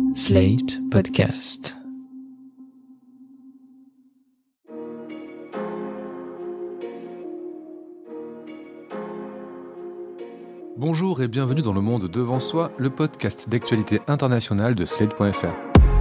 Slate Podcast. Bonjour et bienvenue dans Le Monde Devant Soi, le podcast d'actualité internationale de Slate.fr.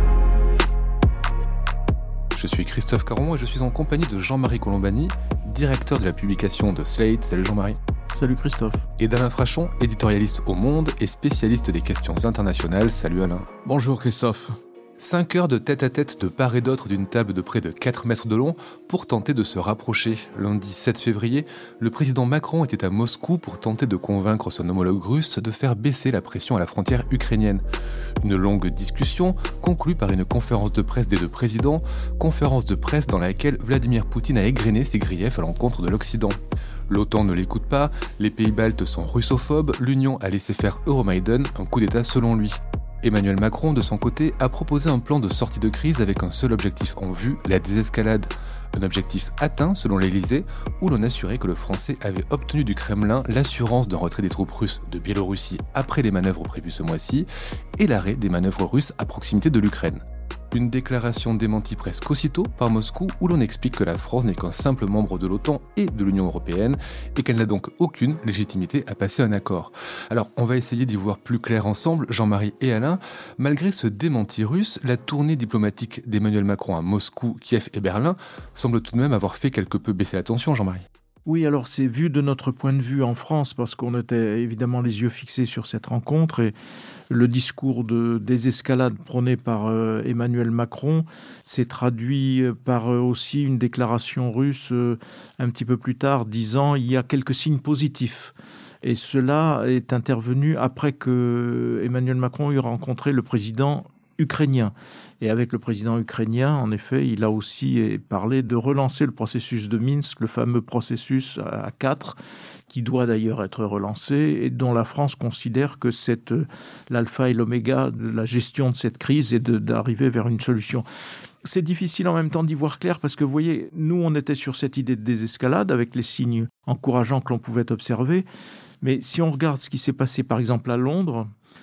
Je suis Christophe Caron et je suis en compagnie de Jean-Marie Colombani, directeur de la publication de Slate. Salut Jean-Marie. Salut Christophe. Et d'Alain Frachon, éditorialiste au Monde et spécialiste des questions internationales. Salut Alain. Bonjour Christophe. 5 heures de tête-à-tête de part et d'autre d'une table de près de 4 mètres de long pour tenter de se rapprocher. Lundi 7 février, le président Macron était à Moscou pour tenter de convaincre son homologue russe de faire baisser la pression à la frontière ukrainienne. Une longue discussion conclue par une conférence de presse des deux présidents, conférence de presse dans laquelle Vladimir Poutine a égrené ses griefs à l'encontre de l'Occident. L'OTAN ne l'écoute pas, les pays baltes sont russophobes, l'Union a laissé faire Euromaïdan, un coup d'État selon lui. Emmanuel Macron, de son côté, a proposé un plan de sortie de crise avec un seul objectif en vue, la désescalade. Un objectif atteint, selon l'Élysée, où l'on assurait que le Français avait obtenu du Kremlin l'assurance d'un retrait des troupes russes de Biélorussie après les manœuvres prévues ce mois-ci, et l'arrêt des manœuvres russes à proximité de l'Ukraine. Une déclaration démentie presque aussitôt par Moscou où l'on explique que la France n'est qu'un simple membre de l'OTAN et de l'Union européenne et qu'elle n'a donc aucune légitimité à passer un accord. Alors, on va essayer d'y voir plus clair ensemble, Jean-Marie et Alain. Malgré ce démenti russe, la tournée diplomatique d'Emmanuel Macron à Moscou, Kiev et Berlin semble tout de même avoir fait quelque peu baisser la tension, Jean-Marie. Oui, alors c'est vu de notre point de vue en France, parce qu'on était évidemment les yeux fixés sur cette rencontre, et le discours de désescalade prôné par Emmanuel Macron s'est traduit par aussi une déclaration russe un petit peu plus tard, disant il y a quelques signes positifs. Et cela est intervenu après que Emmanuel Macron eut rencontré le président ukrainien. Et avec le président ukrainien, en effet, il a aussi parlé de relancer le processus de Minsk, le fameux processus à 4, qui doit d'ailleurs être relancé et dont la France considère que c'est l'alpha et l'oméga de la gestion de cette crise et d'arriver vers une solution. C'est difficile en même temps d'y voir clair parce que, vous voyez, nous, on était sur cette idée de désescalade avec les signes encourageants que l'on pouvait observer. Mais si on regarde ce qui s'est passé, par exemple, à Londres,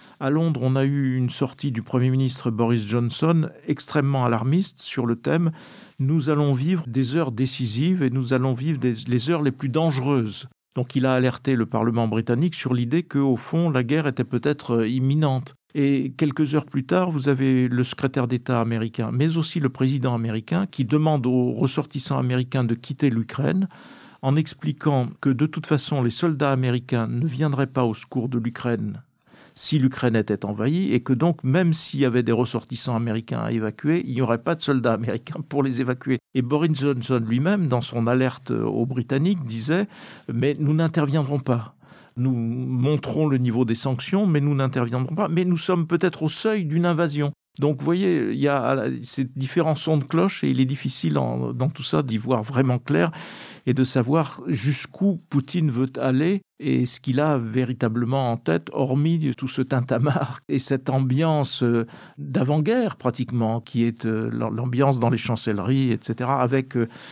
on a eu une sortie du Premier ministre Boris Johnson extrêmement alarmiste sur le thème « Nous allons vivre des heures décisives et nous allons vivre les heures les plus dangereuses ». Donc il a alerté le Parlement britannique sur l'idée qu'au fond, la guerre était peut-être imminente. Et quelques heures plus tard, vous avez le secrétaire d'État américain, mais aussi le président américain, qui demande aux ressortissants américains de quitter l'Ukraine, en expliquant que de toute façon, les soldats américains ne viendraient pas au secours de l'Ukraine si l'Ukraine était envahie, et que donc, même s'il y avait des ressortissants américains à évacuer, il n'y aurait pas de soldats américains pour les évacuer. Et Boris Johnson lui-même, dans son alerte aux Britanniques, disait « Mais nous n'interviendrons pas. Nous montrons le niveau des sanctions, mais nous n'interviendrons pas. Mais nous sommes peut-être au seuil d'une invasion. » Donc, vous voyez, il y a ces différents sons de cloche et il est difficile dans tout ça d'y voir vraiment clair et de savoir jusqu'où Poutine veut aller et ce qu'il a véritablement en tête, hormis tout ce tintamarre et cette ambiance d'avant-guerre pratiquement, qui est l'ambiance dans les chancelleries, etc., avec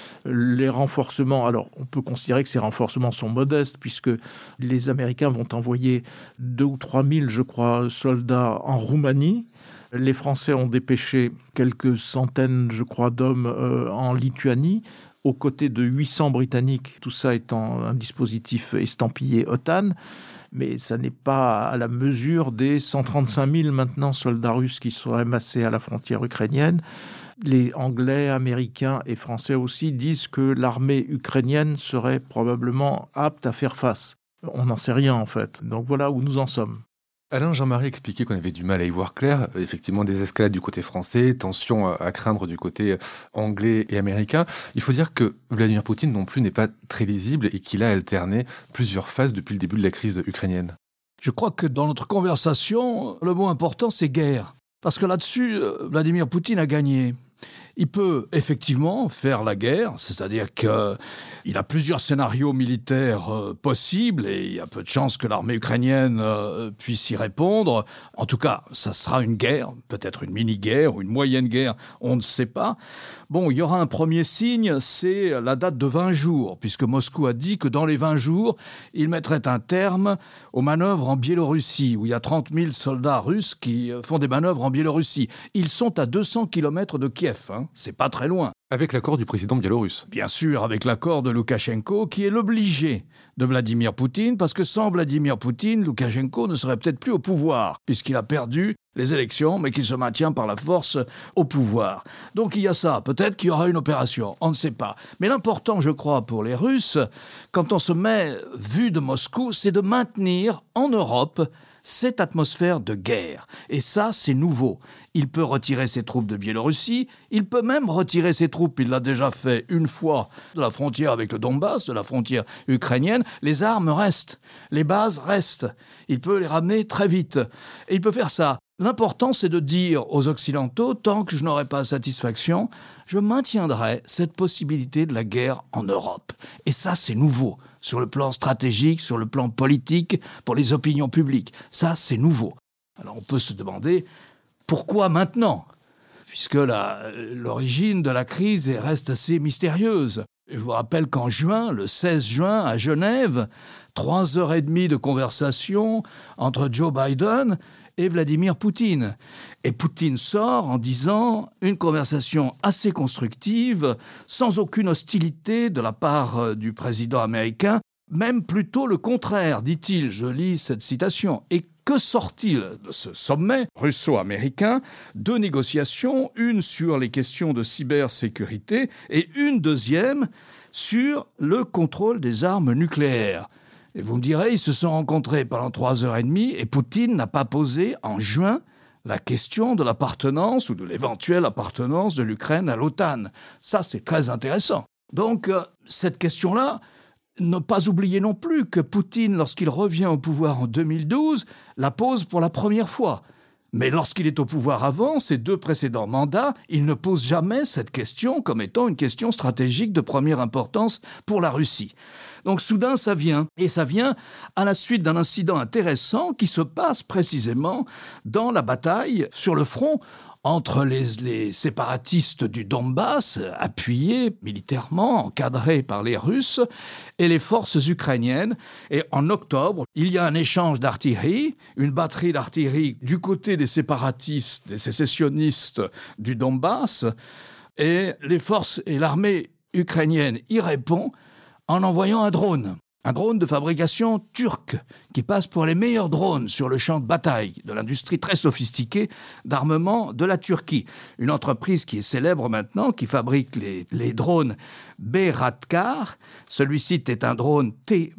les renforcements. Alors, on peut considérer que ces renforcements sont modestes, puisque les Américains vont envoyer 2 ou 3 000, je crois, soldats en Roumanie. Les Français ont dépêché quelques centaines, je crois, d'hommes en Lituanie, aux côtés de 800 Britanniques, tout ça étant un dispositif estampillé OTAN, mais ça n'est pas à la mesure des 135 000 maintenant soldats russes qui seraient massés à la frontière ukrainienne. Les Anglais, Américains et Français aussi disent que l'armée ukrainienne serait probablement apte à faire face. On n'en sait rien en fait, donc voilà où nous en sommes. Alain, Jean-Marie expliquait qu'on avait du mal à y voir clair. Effectivement, des escalades du côté français, tensions à craindre du côté anglais et américain. Il faut dire que Vladimir Poutine non plus n'est pas très lisible et qu'il a alterné plusieurs phases depuis le début de la crise ukrainienne. Je crois que dans notre conversation, le mot important, c'est guerre. Parce que là-dessus, Vladimir Poutine a gagné. Il peut effectivement faire la guerre, c'est-à-dire qu'il a plusieurs scénarios militaires possibles et il y a peu de chances que l'armée ukrainienne puisse y répondre. En tout cas, ça sera une guerre, peut-être une mini-guerre ou une moyenne guerre, on ne sait pas. Bon, il y aura un premier signe, c'est la date de 20 jours, puisque Moscou a dit que dans les 20 jours, il mettrait un terme aux manœuvres en Biélorussie, où il y a 30 000 soldats russes qui font des manœuvres en Biélorussie. Ils sont à 200 km de Kiev, c'est pas très loin. Avec l'accord du président biélorusse. Bien sûr, avec l'accord de Loukachenko, qui est l'obligé de Vladimir Poutine, parce que sans Vladimir Poutine, Loukachenko ne serait peut-être plus au pouvoir, puisqu'il a perdu les élections, mais qu'il se maintient par la force au pouvoir. Donc il y a ça. Peut-être qu'il y aura une opération, on ne sait pas. Mais l'important, je crois, pour les Russes, quand on se met vu de Moscou, c'est de maintenir en Europe cette atmosphère de guerre. Et ça, c'est nouveau. Il peut retirer ses troupes de Biélorussie, il peut même retirer ses troupes, il l'a déjà fait une fois, de la frontière avec le Donbass, de la frontière ukrainienne. Les armes restent, les bases restent. Il peut les ramener très vite. Et il peut faire ça. L'important, c'est de dire aux Occidentaux, tant que je n'aurai pas satisfaction, je maintiendrai cette possibilité de la guerre en Europe. Et ça, c'est nouveau. Sur le plan stratégique, sur le plan politique, pour les opinions publiques. Ça, c'est nouveau. Alors on peut se demander, pourquoi maintenant ? Puisque l'origine de la crise reste assez mystérieuse. Je vous rappelle qu'en juin, le 16 juin, à Genève, 3h30 de conversation entre Joe Biden et Vladimir Poutine. Et Poutine sort en disant une conversation assez constructive, sans aucune hostilité de la part du président américain, même plutôt le contraire, dit-il, je lis cette citation. Et que sort-il de ce sommet russo-américain? 2 négociations, une sur les questions de cybersécurité et une deuxième sur le contrôle des armes nucléaires. Et vous me direz, ils se sont rencontrés pendant 3h30 et Poutine n'a pas posé en juin la question de l'appartenance ou de l'éventuelle appartenance de l'Ukraine à l'OTAN. Ça, c'est très intéressant. Donc, cette question-là, ne pas oublier non plus que Poutine, lorsqu'il revient au pouvoir en 2012, la pose pour la première fois. Mais lorsqu'il est au pouvoir avant, ces 2 précédents mandats, il ne pose jamais cette question comme étant une question stratégique de première importance pour la Russie. Donc soudain, ça vient. Et ça vient à la suite d'un incident intéressant qui se passe précisément dans la bataille sur le front entre les séparatistes du Donbass, appuyés militairement, encadrés par les Russes, et les forces ukrainiennes. Et en octobre, il y a un échange d'artillerie, une batterie d'artillerie du côté des séparatistes, des sécessionnistes du Donbass, et les forces et l'armée ukrainienne y répond en envoyant un drone de fabrication turque qui passe pour les meilleurs drones sur le champ de bataille de l'industrie très sophistiquée d'armement de la Turquie. Une entreprise qui est célèbre maintenant, qui fabrique les drones Bayraktar. Celui-ci est un drone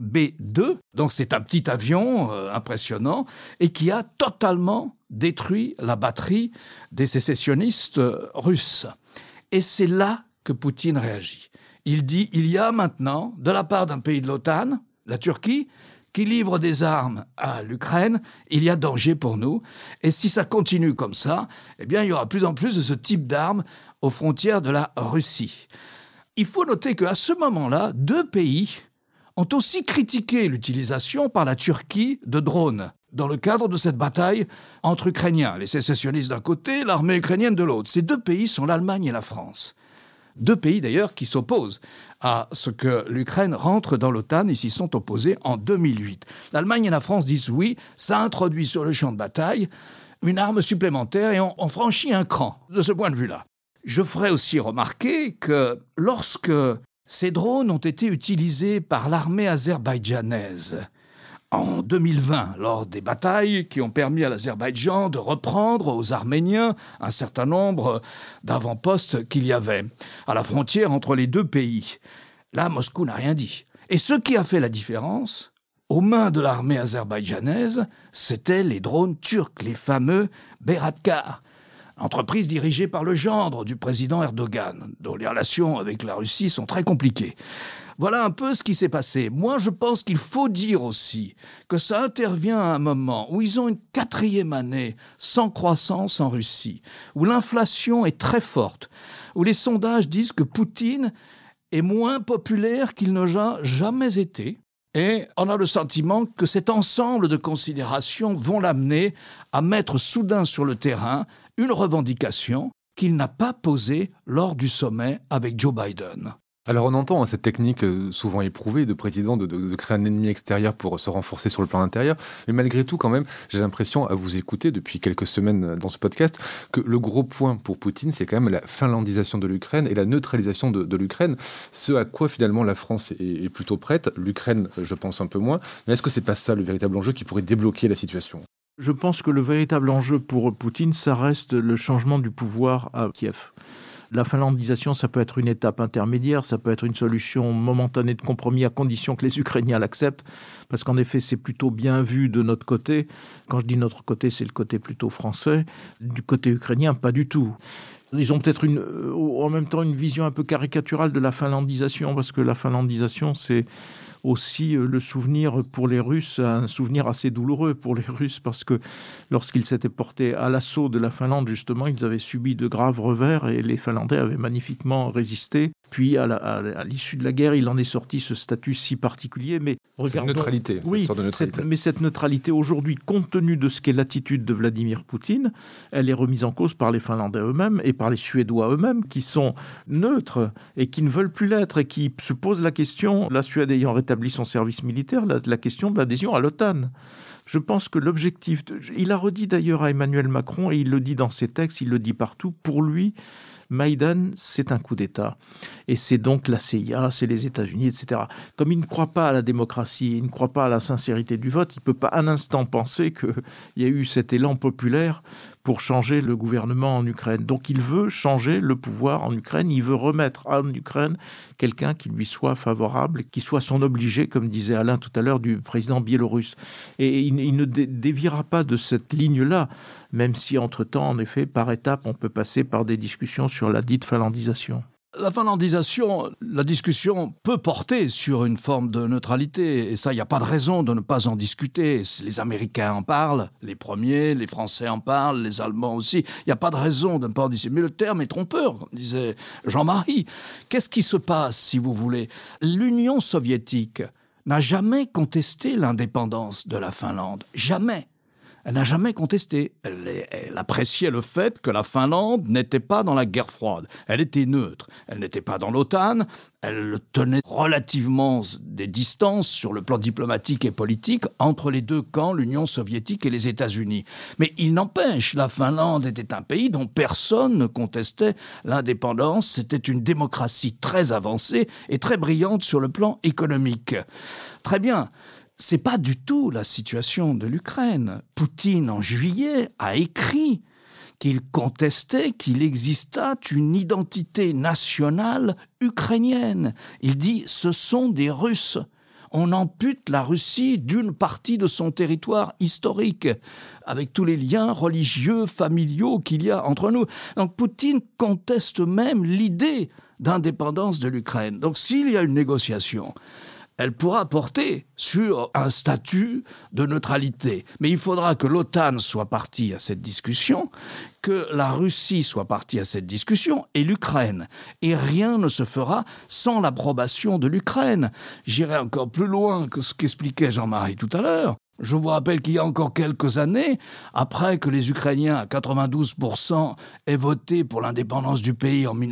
TB2, donc c'est un petit avion impressionnant et qui a totalement détruit la batterie des sécessionnistes russes. Et c'est là que Poutine réagit. Il dit, il y a maintenant, de la part d'un pays de l'OTAN, la Turquie, qui livre des armes à l'Ukraine, il y a danger pour nous. Et si ça continue comme ça, eh bien, il y aura de plus en plus de ce type d'armes aux frontières de la Russie. Il faut noter qu'à ce moment-là, 2 pays ont aussi critiqué l'utilisation par la Turquie de drones dans le cadre de cette bataille entre Ukrainiens, les sécessionnistes d'un côté, l'armée ukrainienne de l'autre. Ces 2 pays sont l'Allemagne et la France. 2 pays d'ailleurs qui s'opposent à ce que l'Ukraine rentre dans l'OTAN et s'y sont opposés en 2008. L'Allemagne et la France disent oui, ça introduit sur le champ de bataille une arme supplémentaire et on franchit un cran de ce point de vue-là. Je ferai aussi remarquer que lorsque ces drones ont été utilisés par l'armée azerbaïdjanaise en 2020, lors des batailles qui ont permis à l'Azerbaïdjan de reprendre aux Arméniens un certain nombre d'avant-postes qu'il y avait à la frontière entre les 2 pays. Là, Moscou n'a rien dit. Et ce qui a fait la différence, aux mains de l'armée azerbaïdjanaise, c'était les drones turcs, les fameux Bayraktar. entreprise dirigée par le gendre du président Erdogan, dont les relations avec la Russie sont très compliquées. Voilà un peu ce qui s'est passé. Moi, je pense qu'il faut dire aussi que ça intervient à un moment où ils ont une 4e année sans croissance en Russie, où l'inflation est très forte, où les sondages disent que Poutine est moins populaire qu'il ne l'a jamais été. Et on a le sentiment que cet ensemble de considérations vont l'amener à mettre soudain sur le terrain une revendication qu'il n'a pas posée lors du sommet avec Joe Biden. Alors on entend cette technique souvent éprouvée de président de créer un ennemi extérieur pour se renforcer sur le plan intérieur, mais malgré tout quand même, j'ai l'impression à vous écouter depuis quelques semaines dans ce podcast que le gros point pour Poutine, c'est quand même la finlandisation de l'Ukraine et la neutralisation de l'Ukraine, ce à quoi finalement la France est plutôt prête, l'Ukraine je pense un peu moins, mais est-ce que c'est pas ça le véritable enjeu qui pourrait débloquer la situation ? Je pense que le véritable enjeu pour Poutine, ça reste le changement du pouvoir à Kiev. La finlandisation, ça peut être une étape intermédiaire, ça peut être une solution momentanée de compromis à condition que les Ukrainiens l'acceptent, parce qu'en effet, c'est plutôt bien vu de notre côté. Quand je dis notre côté, c'est le côté plutôt français. Du côté ukrainien, pas du tout. Ils ont peut-être en même temps une vision un peu caricaturale de la finlandisation, parce que la finlandisation, c'est aussi le souvenir pour les Russes, un souvenir assez douloureux pour les Russes, parce que lorsqu'ils s'étaient portés à l'assaut de la Finlande, justement, ils avaient subi de graves revers et les Finlandais avaient magnifiquement résisté. Puis, à l'issue de la guerre, il en est sorti ce statut si particulier. Mais regardons, cette neutralité, oui, cette sorte de neutralité. Mais cette neutralité, aujourd'hui, compte tenu de ce qu'est l'attitude de Vladimir Poutine, elle est remise en cause par les Finlandais eux-mêmes et par les Suédois eux-mêmes, qui sont neutres et qui ne veulent plus l'être et qui se posent la question, la Suède ayant rétabli son service militaire, la question de l'adhésion à l'OTAN. Je pense que l'objectif... Il a redit d'ailleurs à Emmanuel Macron, et il le dit dans ses textes, il le dit partout, pour lui, Maïdan, c'est un coup d'État. Et c'est donc la CIA, c'est les États-Unis, etc. Comme il ne croit pas à la démocratie, il ne croit pas à la sincérité du vote, il ne peut pas un instant penser qu'il y a eu cet élan populaire pour changer le gouvernement en Ukraine. Donc il veut changer le pouvoir en Ukraine, il veut remettre en Ukraine quelqu'un qui lui soit favorable, qui soit son obligé, comme disait Alain tout à l'heure, du président biélorusse. Et il ne déviera pas de cette ligne-là, même si entre-temps, en effet, par étapes, on peut passer par des discussions sur la dite finlandisation. La finlandisation, la discussion peut porter sur une forme de neutralité. Et ça, il n'y a pas de raison de ne pas en discuter. Les Américains en parlent, les premiers, les Français en parlent, les Allemands aussi. Il n'y a pas de raison de ne pas en discuter. Mais le terme est trompeur, comme disait Jean-Marie. Qu'est-ce qui se passe, si vous voulez ? L'Union soviétique n'a jamais contesté l'indépendance de la Finlande. Jamais. Elle n'a jamais contesté. Elle appréciait le fait que la Finlande n'était pas dans la guerre froide. Elle était neutre. Elle n'était pas dans l'OTAN. Elle tenait relativement des distances sur le plan diplomatique et politique entre les deux camps, l'Union soviétique et les États-Unis. Mais il n'empêche, la Finlande était un pays dont personne ne contestait l'indépendance. C'était une démocratie très avancée et très brillante sur le plan économique. Très bien. C'est pas du tout la situation de l'Ukraine. Poutine, en juillet, a écrit qu'il contestait qu'il existât une identité nationale ukrainienne. Il dit « ce sont des Russes ». On ampute la Russie d'une partie de son territoire historique, avec tous les liens religieux, familiaux qu'il y a entre nous. Donc Poutine conteste même l'idée d'indépendance de l'Ukraine. Donc s'il y a une négociation, elle pourra porter sur un statut de neutralité. Mais il faudra que l'OTAN soit partie à cette discussion, que la Russie soit partie à cette discussion, et l'Ukraine. Et rien ne se fera sans l'approbation de l'Ukraine. J'irai encore plus loin que ce qu'expliquait Jean-Marie tout à l'heure. Je vous rappelle qu'il y a encore quelques années, après que les Ukrainiens, à 92%, aient voté pour l'indépendance du pays en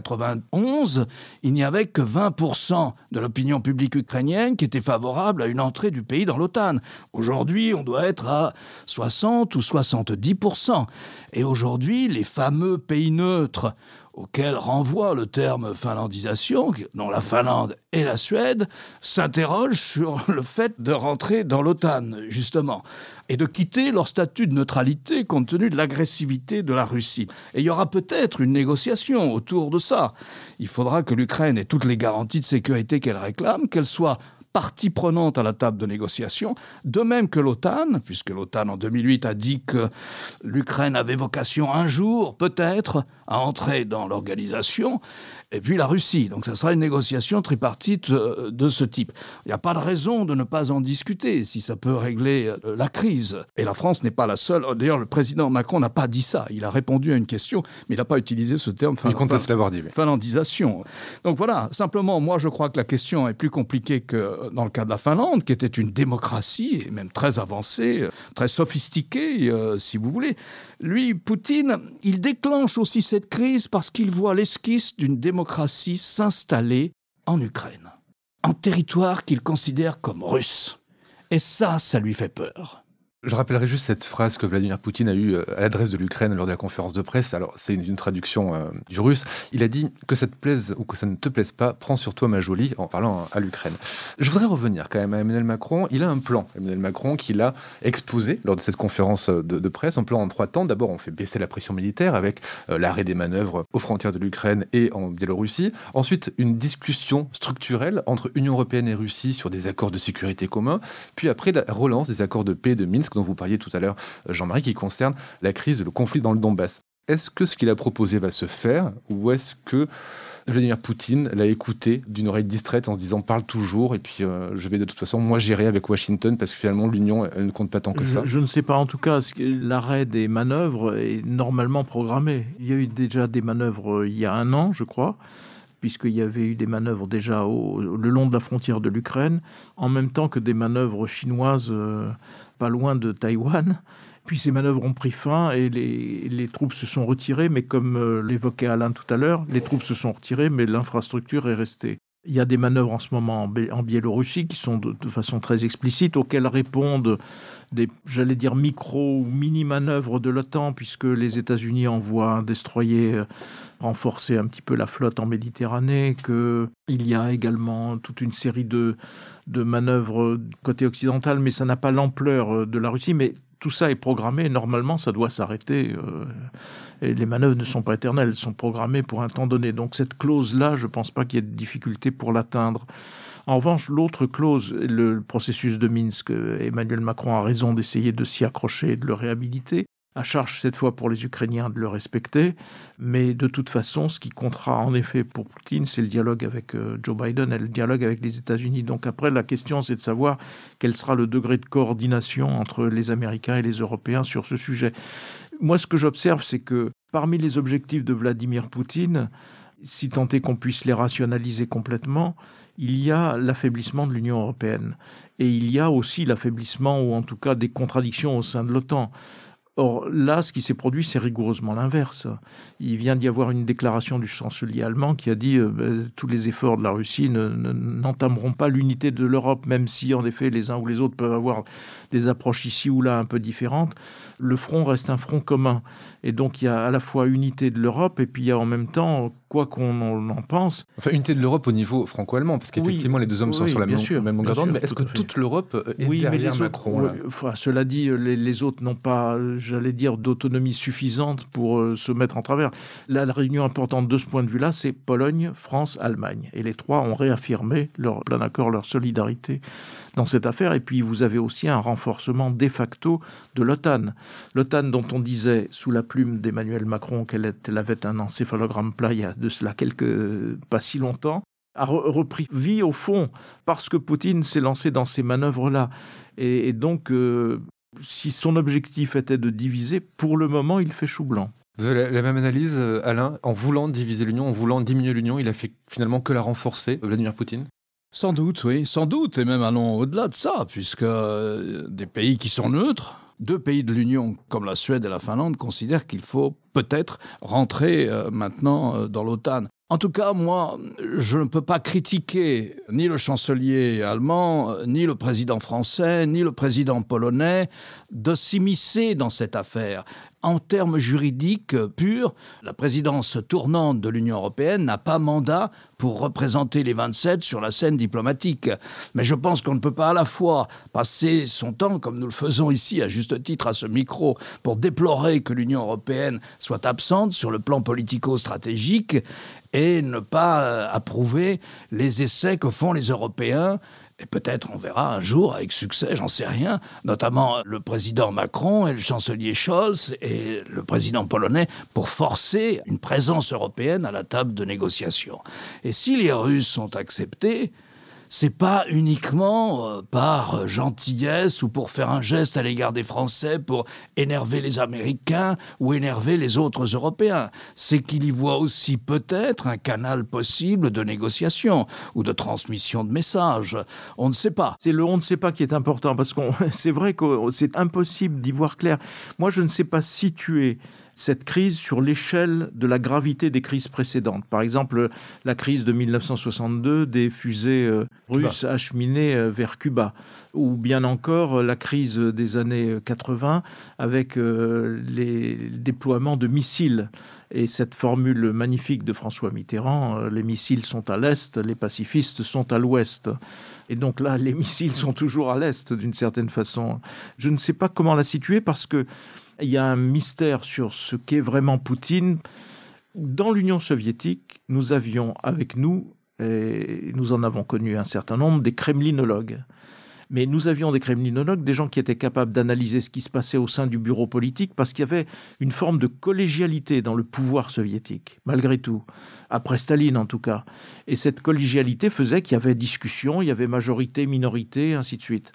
1991, il n'y avait que 20% de l'opinion publique ukrainienne qui était favorable à une entrée du pays dans l'OTAN. Aujourd'hui, on doit être à 60 ou 70%. Et aujourd'hui, les fameux pays neutres auquel renvoie le terme finlandisation, dont la Finlande et la Suède, s'interrogent sur le fait de rentrer dans l'OTAN, justement, et de quitter leur statut de neutralité compte tenu de l'agressivité de la Russie. Et il y aura peut-être une négociation autour de ça. Il faudra que l'Ukraine ait toutes les garanties de sécurité qu'elle réclame, qu'elle soit partie prenante à la table de négociation, de même que l'OTAN, puisque l'OTAN en 2008 a dit que l'Ukraine avait vocation un jour, peut-être, à entrer dans l'organisation, et puis la Russie. Donc ça sera une négociation tripartite de ce type. Il n'y a pas de raison de ne pas en discuter si ça peut régler la crise. Et la France n'est pas la seule. D'ailleurs, le président Macron n'a pas dit ça. Il a répondu à une question, mais il n'a pas utilisé ce terme. Il conteste l'avoir dit. Finlandisation. Donc voilà, simplement, moi je crois que la question est plus compliquée que dans le cas de la Finlande, qui était une démocratie, et même très avancée, très sophistiquée, si vous voulez. Lui, Poutine, il déclenche aussi cette crise parce qu'il voit l'esquisse d'une démocratie s'installer en Ukraine, en territoire qu'il considère comme russe. Et ça lui fait peur. Je rappellerai juste cette phrase que Vladimir Poutine a eue à l'adresse de l'Ukraine lors de la conférence de presse. Alors, c'est une traduction du russe. Il a dit que ça te plaise ou que ça ne te plaise pas, prends sur toi ma jolie, en parlant à l'Ukraine. Je voudrais revenir quand même à Emmanuel Macron. Il a un plan, Emmanuel Macron, qu'il a exposé lors de cette conférence de presse, un plan en 3 temps. D'abord, on fait baisser la pression militaire avec l'arrêt des manœuvres aux frontières de l'Ukraine et en Biélorussie. Ensuite, une discussion structurelle entre Union européenne et Russie sur des accords de sécurité communs. Puis après, la relance des accords de paix de Minsk dont vous parliez tout à l'heure, Jean-Marie, qui concerne la crise, le conflit dans le Donbass. Est-ce que ce qu'il a proposé va se faire, ou est-ce que Vladimir Poutine l'a écouté d'une oreille distraite en se disant « parle toujours, et puis je vais de toute façon, moi, gérer avec Washington, parce que finalement, l'Union, elle ne compte pas tant que ça ». Je ne sais pas. En tout cas, l'arrêt des manœuvres est normalement programmé. Il y a eu déjà des manœuvres il y a 1 an, je crois, puisqu'il y avait eu des manœuvres déjà le long de la frontière de l'Ukraine, en même temps que des manœuvres chinoises pas loin de Taïwan. Puis ces manœuvres ont pris fin et les troupes se sont retirées, mais comme l'évoquait Alain tout à l'heure, les troupes se sont retirées, mais l'infrastructure est restée. Il y a des manœuvres en ce moment en Biélorussie qui sont de façon très explicite, auxquelles répondent des, j'allais dire, micro ou mini-manœuvres de l'OTAN, puisque les États-Unis envoient un destroyer renforcer un petit peu la flotte en Méditerranée, qu'il y a également toute une série de manœuvres côté occidental, mais ça n'a pas l'ampleur de la Russie, mais tout ça est programmé, normalement ça doit s'arrêter, et les manœuvres ne sont pas éternelles, elles sont programmées pour un temps donné. Donc cette clause-là, je ne pense pas qu'il y ait de difficulté pour l'atteindre. En revanche, l'autre clause, le processus de Minsk, Emmanuel Macron a raison d'essayer de s'y accrocher et de le réhabiliter. À charge cette fois pour les Ukrainiens de le respecter, mais de toute façon, ce qui comptera en effet pour Poutine, c'est le dialogue avec Joe Biden et le dialogue avec les États-Unis. Donc après, la question, c'est de savoir quel sera le degré de coordination entre les Américains et les Européens sur ce sujet. Moi, ce que j'observe, c'est que parmi les objectifs de Vladimir Poutine, si tant est qu'on puisse les rationaliser complètement, il y a l'affaiblissement de l'Union européenne. Et il y a aussi l'affaiblissement, ou en tout cas des contradictions au sein de l'OTAN. Or, là, ce qui s'est produit, c'est rigoureusement l'inverse. Il vient d'y avoir une déclaration du chancelier allemand qui a dit tous les efforts de la Russie n'entameront pas l'unité de l'Europe, même si, en effet, les uns ou les autres peuvent avoir des approches ici ou là un peu différentes. Le front reste un front commun. Et donc, il y a à la fois unité de l'Europe et puis il y a en même temps, quoi qu'on en pense... Enfin, unité de l'Europe au niveau franco-allemand, parce qu'effectivement, les deux hommes sont sur la même longueur d'onde, mais est-ce que toute l'Europe est derrière Macron là ? Cela dit, les autres n'ont pas, j'allais dire, d'autonomie suffisante pour se mettre en travers. La réunion importante de ce point de vue-là, c'est Pologne, France, Allemagne. Et les trois ont réaffirmé leur plein accord, leur solidarité dans cette affaire. Et puis, vous avez aussi un renforcement de facto de l'OTAN. L'OTAN, dont on disait sous la plume d'Emmanuel Macron qu'elle avait un encéphalogramme plat il y a de cela pas si longtemps, a repris vie au fond parce que Poutine s'est lancé dans ces manœuvres-là. Et donc, si son objectif était de diviser, pour le moment, il fait chou blanc. Vous avez la même analyse, Alain ? En voulant diviser l'Union, en voulant diminuer l'Union, il a fait finalement que la renforcer, Vladimir Poutine ? Sans doute, oui, sans doute, et même allons au-delà de ça, puisque des pays qui sont neutres, 2 pays de l'Union comme la Suède et la Finlande considèrent qu'il faut peut-être rentrer maintenant dans l'OTAN. En tout cas, moi, je ne peux pas critiquer ni le chancelier allemand, ni le président français, ni le président polonais de s'immiscer dans cette affaire. En termes juridiques purs, la présidence tournante de l'Union européenne n'a pas mandat pour représenter les 27 sur la scène diplomatique. Mais je pense qu'on ne peut pas à la fois passer son temps, comme nous le faisons ici à juste titre à ce micro, pour déplorer que l'Union européenne soit absente sur le plan politico-stratégique et ne pas approuver les essais que font les Européens Et peut-être on verra un jour avec succès, j'en sais rien, notamment le président Macron et le chancelier Scholz et le président polonais pour forcer une présence européenne à la table de négociation. Et si les Russes sont acceptés, c'est pas uniquement par gentillesse ou pour faire un geste à l'égard des Français pour énerver les Américains ou énerver les autres Européens. C'est qu'il y voit aussi peut-être un canal possible de négociation ou de transmission de messages. On ne sait pas. C'est le on ne sait pas qui est important parce que c'est vrai que c'est impossible d'y voir clair. Moi, je ne sais pas situer cette crise sur l'échelle de la gravité des crises précédentes. Par exemple, la crise de 1962 des fusées russes acheminées vers Cuba, ou bien encore la crise des années 80 avec les déploiements de missiles. Et cette formule magnifique de François Mitterrand, les missiles sont à l'est, les pacifistes sont à l'ouest. Et donc là, les missiles sont toujours à l'est d'une certaine façon. Je ne sais pas comment la situer parce que il y a un mystère sur ce qu'est vraiment Poutine. Dans l'Union soviétique, nous avions avec nous, et nous en avons connu un certain nombre, des kremlinologues. Mais nous avions des kremlinologues, des gens qui étaient capables d'analyser ce qui se passait au sein du bureau politique, parce qu'il y avait une forme de collégialité dans le pouvoir soviétique, malgré tout, après Staline en tout cas. Et cette collégialité faisait qu'il y avait discussion, il y avait majorité, minorité, ainsi de suite.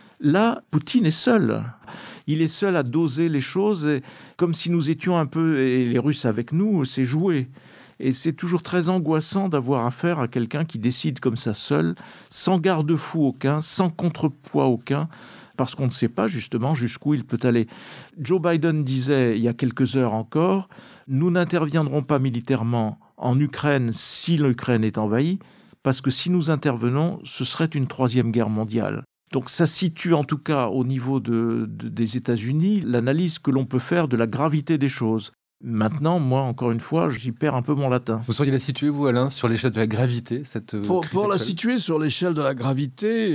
Là, Poutine est seul. Il est seul à doser les choses, et comme si nous étions un peu, et les Russes avec nous, c'est joué. Et c'est toujours très angoissant d'avoir affaire à quelqu'un qui décide comme ça seul, sans garde-fou aucun, sans contrepoids aucun, parce qu'on ne sait pas justement jusqu'où il peut aller. Joe Biden disait il y a quelques heures encore, nous n'interviendrons pas militairement en Ukraine si l'Ukraine est envahie, parce que si nous intervenons, ce serait une troisième guerre mondiale. Donc ça situe en tout cas au niveau des États-Unis l'analyse que l'on peut faire de la gravité des choses. Maintenant, moi, encore une fois, j'y perds un peu mon latin. Vous sauriez la situer, vous, Alain, sur l'échelle de la gravité, cette Pour la situer sur l'échelle de la gravité,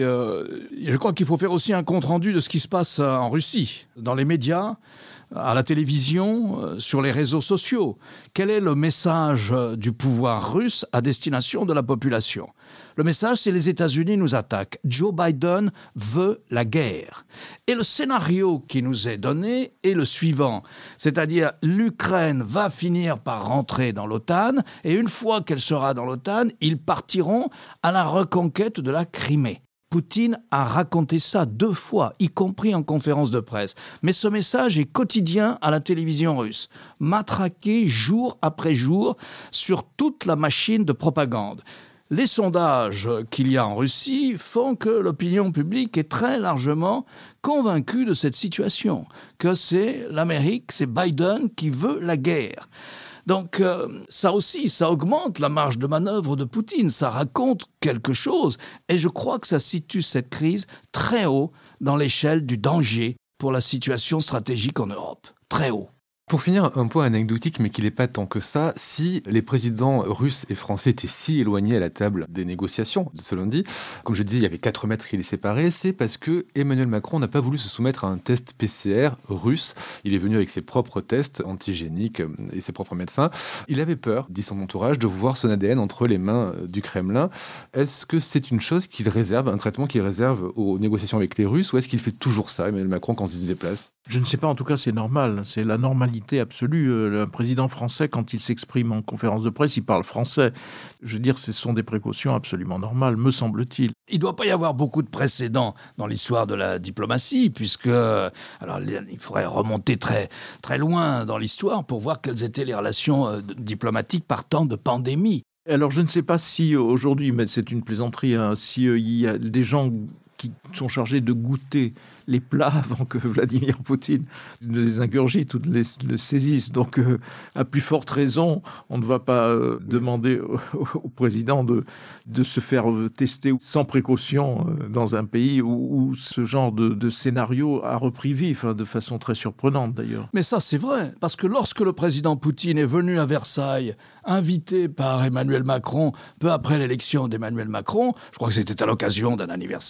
je crois qu'il faut faire aussi un compte-rendu de ce qui se passe en Russie, dans les médias, à la télévision, sur les réseaux sociaux. Quel est le message du pouvoir russe à destination de la population ? Le message, c'est les États-Unis nous attaquent. Joe Biden veut la guerre. Et le scénario qui nous est donné est le suivant. C'est-à-dire, l'Ukraine va finir par rentrer dans l'OTAN, et une fois qu'elle sera dans l'OTAN, ils partiront à la reconquête de la Crimée. Poutine a raconté ça 2 fois, y compris en conférence de presse. Mais ce message est quotidien à la télévision russe, matraqué jour après jour sur toute la machine de propagande. Les sondages qu'il y a en Russie font que l'opinion publique est très largement convaincue de cette situation, que c'est l'Amérique, c'est Biden qui veut la guerre. Donc ça aussi, ça augmente la marge de manœuvre de Poutine, ça raconte quelque chose. Et je crois que ça situe cette crise très haut dans l'échelle du danger pour la situation stratégique en Europe. Très haut. Pour finir, un point anecdotique, mais qui n'est pas tant que ça, si les présidents russes et français étaient si éloignés à la table des négociations de ce lundi, comme je disais, il y avait 4 mètres qui les séparaient, c'est parce que Emmanuel Macron n'a pas voulu se soumettre à un test PCR russe. Il est venu avec ses propres tests antigéniques et ses propres médecins. Il avait peur, dit son entourage, de voir son ADN entre les mains du Kremlin. Est-ce que c'est une chose qu'il réserve, un traitement qu'il réserve aux négociations avec les Russes, ou est-ce qu'il fait toujours ça, Emmanuel Macron, quand il se déplace ? Je ne sais pas, en tout cas c'est normal, c'est la normalité absolue. Le président français, quand il s'exprime en conférence de presse, il parle français. Je veux dire, ce sont des précautions absolument normales, me semble-t-il. Il ne doit pas y avoir beaucoup de précédents dans l'histoire de la diplomatie, puisque alors, il faudrait remonter très, très loin dans l'histoire pour voir quelles étaient les relations diplomatiques par temps de pandémie. Alors je ne sais pas si aujourd'hui, mais c'est une plaisanterie, hein, si il y a des gens qui sont chargés de goûter les plats avant que Vladimir Poutine ne les ingurgite ou ne les saisisse. Donc, à plus forte raison, on ne va pas demander au président de se faire tester sans précaution dans un pays où ce genre de scénario a repris vie, de façon très surprenante d'ailleurs. Mais ça, c'est vrai, parce que lorsque le président Poutine est venu à Versailles, invité par Emmanuel Macron, peu après l'élection d'Emmanuel Macron, je crois que c'était à l'occasion d'un anniversaire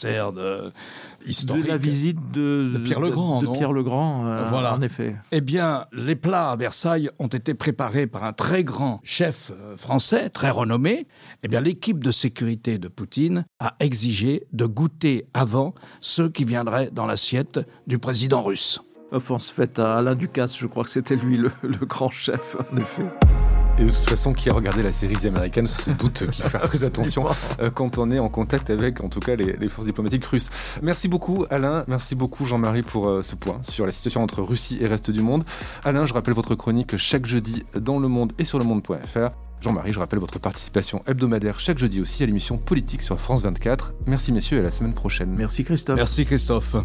historique. De la visite de Pierre le Grand, de non ? Pierre le Grand, voilà. En effet. Eh bien, les plats à Versailles ont été préparés par un très grand chef français, très renommé. Eh bien, l'équipe de sécurité de Poutine a exigé de goûter avant ceux qui viendraient dans l'assiette du président russe. Offense faite à Alain Ducasse, je crois que c'était lui le grand chef, en effet. Et de toute façon, qui a regardé la série The Americans se doute qu'il faut faire très attention quand on est en contact avec, en tout cas, les forces diplomatiques russes. Merci beaucoup Alain, merci beaucoup Jean-Marie pour ce point sur la situation entre Russie et reste du monde. Alain, je rappelle votre chronique chaque jeudi dans Le Monde et sur lemonde.fr. Jean-Marie, je rappelle votre participation hebdomadaire chaque jeudi aussi à l'émission Politique sur France 24. Merci messieurs et à la semaine prochaine. Merci Christophe. Merci Christophe.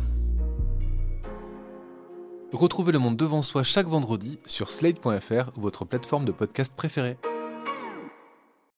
Retrouvez Le Monde devant soi chaque vendredi sur slate.fr ou votre plateforme de podcast préférée.